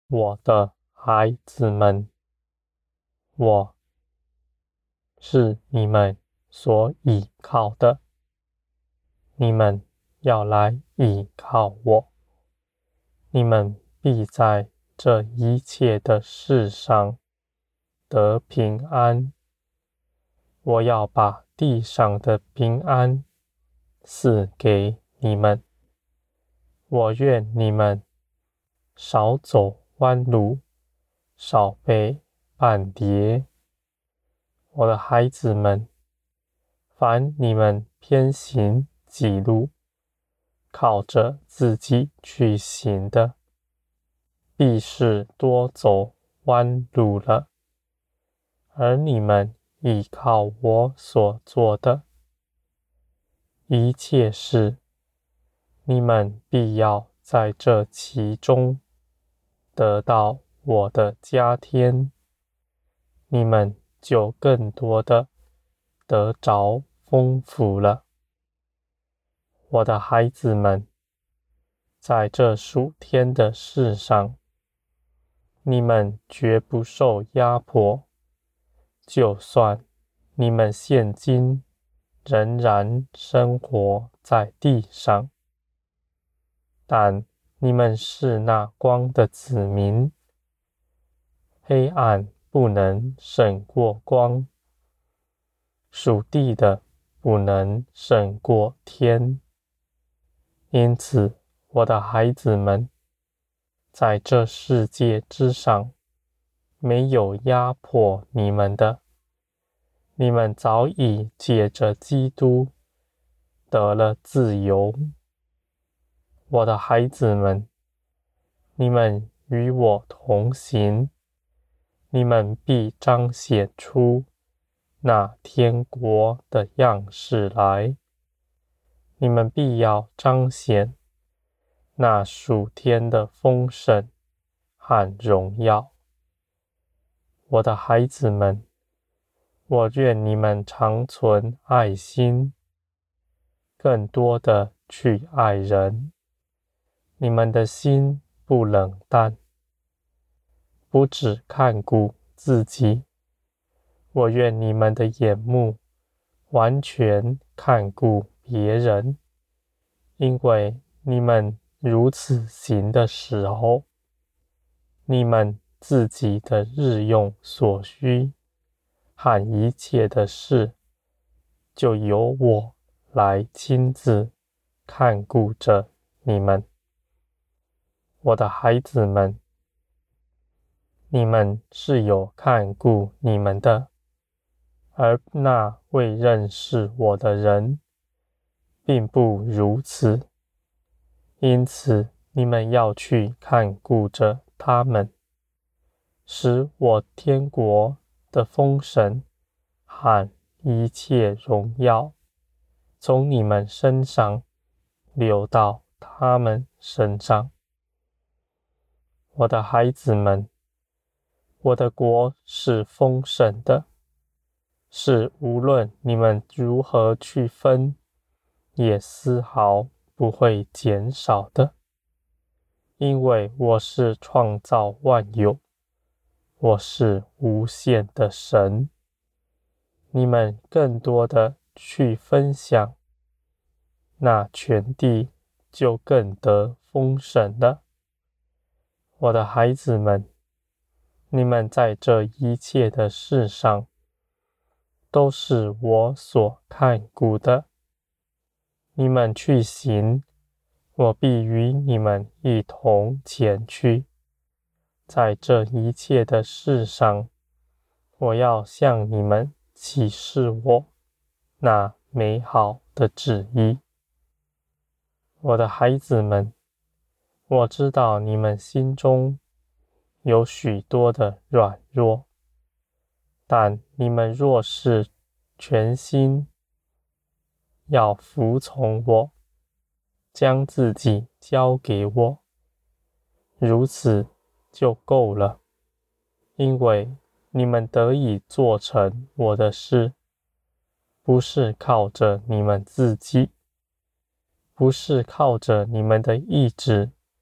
我的孩子们，我是你们所倚靠的，你们要来倚靠我，你们必在这一切的事上得平安。我要把地上的平安赐给你们。我愿你们少走弯路，少被绊跌。我的孩子们，凡你们偏行己路，靠着自己去行的，必是多走弯路了。而你们依靠我所做的一切事，你们必要在这其中得到我的加添，你们就更多的得着丰富了。我的孩子们，在这属天的事上，你们绝不受压迫，就算你们现今仍然生活在地上，但你们是那光的子民，黑暗不能胜过光，属地的不能胜过天。因此，我的孩子们，在这世界之上，没有压迫你们的，你们早已借着基督得了自由。我的孩子们，你们与我同行，你们必彰显出那天国的样式来，你们必要彰显那属天的丰盛和荣耀。我的孩子们，我愿你们常存爱心，更多的去爱人。你们的心不冷淡，不只看顾自己。我愿你们的眼目完全看顾别人，因为你们如此行的时候，你们自己的日用所需和一切的事，就由我来亲自看顾着你们。我的孩子们，你们是有看顾你们的，而那未认识我的人，并不如此。因此，你们要去看顾着他们，使我天国的丰盛和一切荣耀从你们身上流到他们身上。我的孩子们，我的国是丰盛的，是无论你们如何去分，也丝毫不会减少的。因为我是创造万有，我是无限的神。你们更多的去分享，那全地就更得丰盛了。我的孩子们，你们在这一切的事上，都是我所看顾的。你们去行，我必与你们一同前去。在这一切的事上，我要向你们启示我那美好的旨意。我的孩子们，我知道你们心中有许多的软弱，但你们若是全心要服从我，将自己交给我，如此就够了。因为你们得以做成我的事，不是靠着你们自己，不是靠着你们的意志，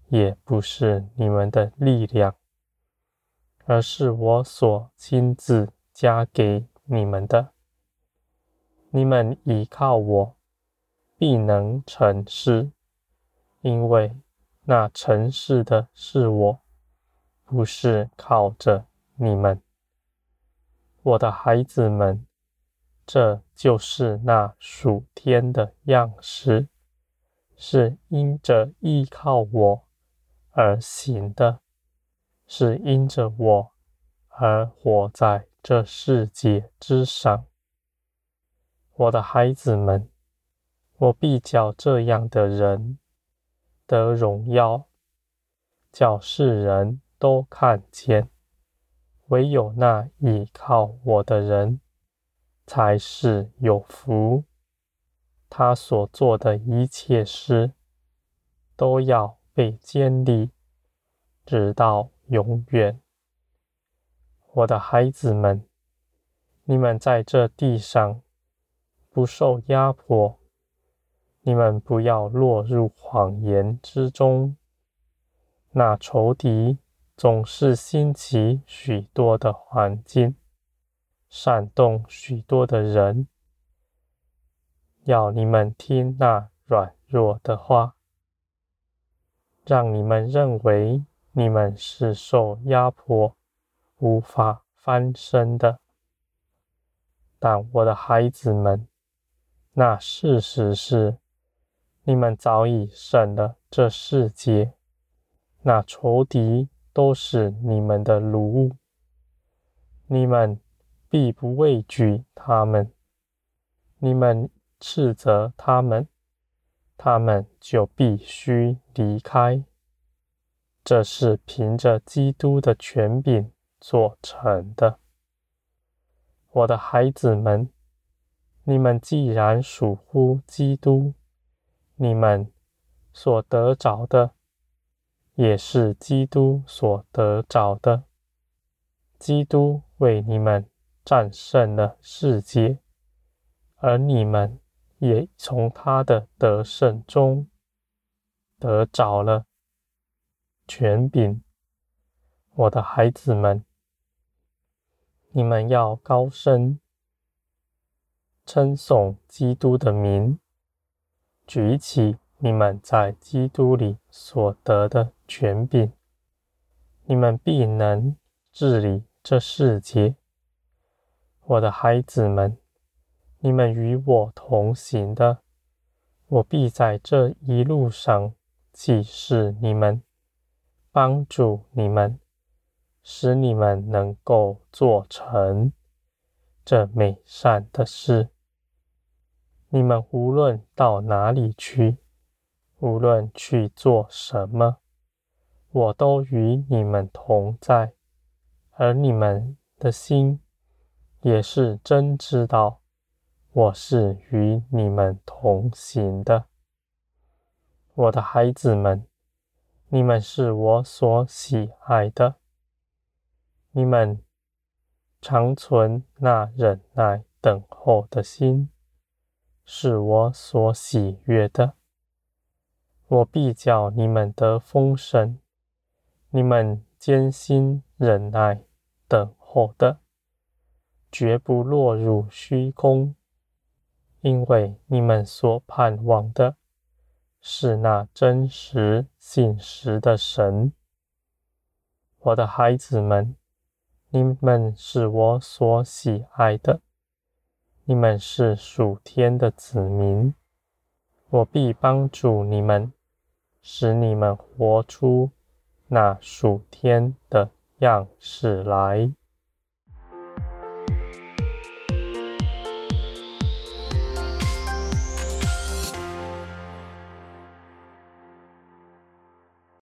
也不是你们的力量，而是我所亲自加给你们的。你们倚靠我，必能成事，因为那成事的是我，不是靠着你们。我的孩子们，这就是那属天的样式，是因着依靠我而行的，是因着我而活在这世界之上。我的孩子们，我必叫这样的人得荣耀，叫世人都看见，唯有那倚靠我的人才是有福。他所做的一切事都要被坚立，直到永远。我的孩子们，你们在这地上不受压迫，你们不要落入谎言之中。那仇敌总是兴起许多的环境，煽动许多的人，要你们听那软弱的话，让你们认为你们是受压迫，无法翻身的。但我的孩子们，那事实是，你们早已胜了这世界，那仇敌都是你们的奴物，你们必不畏惧他们。你们斥责他们，他们就必须离开。这是凭着基督的权柄做成的。我的孩子们，你们既然属乎基督，你们所得着的，也是基督所得着的。基督为你们战胜了世界，而你们也从他的得胜中得着了权柄。我的孩子们，你们要高声称颂基督的名，举起你们在基督里所得的权柄，你们必能治理这世界。我的孩子们，你们与我同行的，我必在这一路上启示你们，帮助你们，使你们能够做成这美善的事。你们无论到哪里去，无论去做什么，我都与你们同在，而你们的心也是真知道我是与你们同行的。我的孩子们，你们是我所喜爱的，你们常存那忍耐等候的心，是我所喜悦的。我必叫你们得丰盛，你们艰辛忍耐等候的，绝不落入虚空，因为你们所盼望的是那真实信实的神。我的孩子们，你们是我所喜爱的，你们是属天的子民，我必帮助你们，使你们活出那属天的样式来。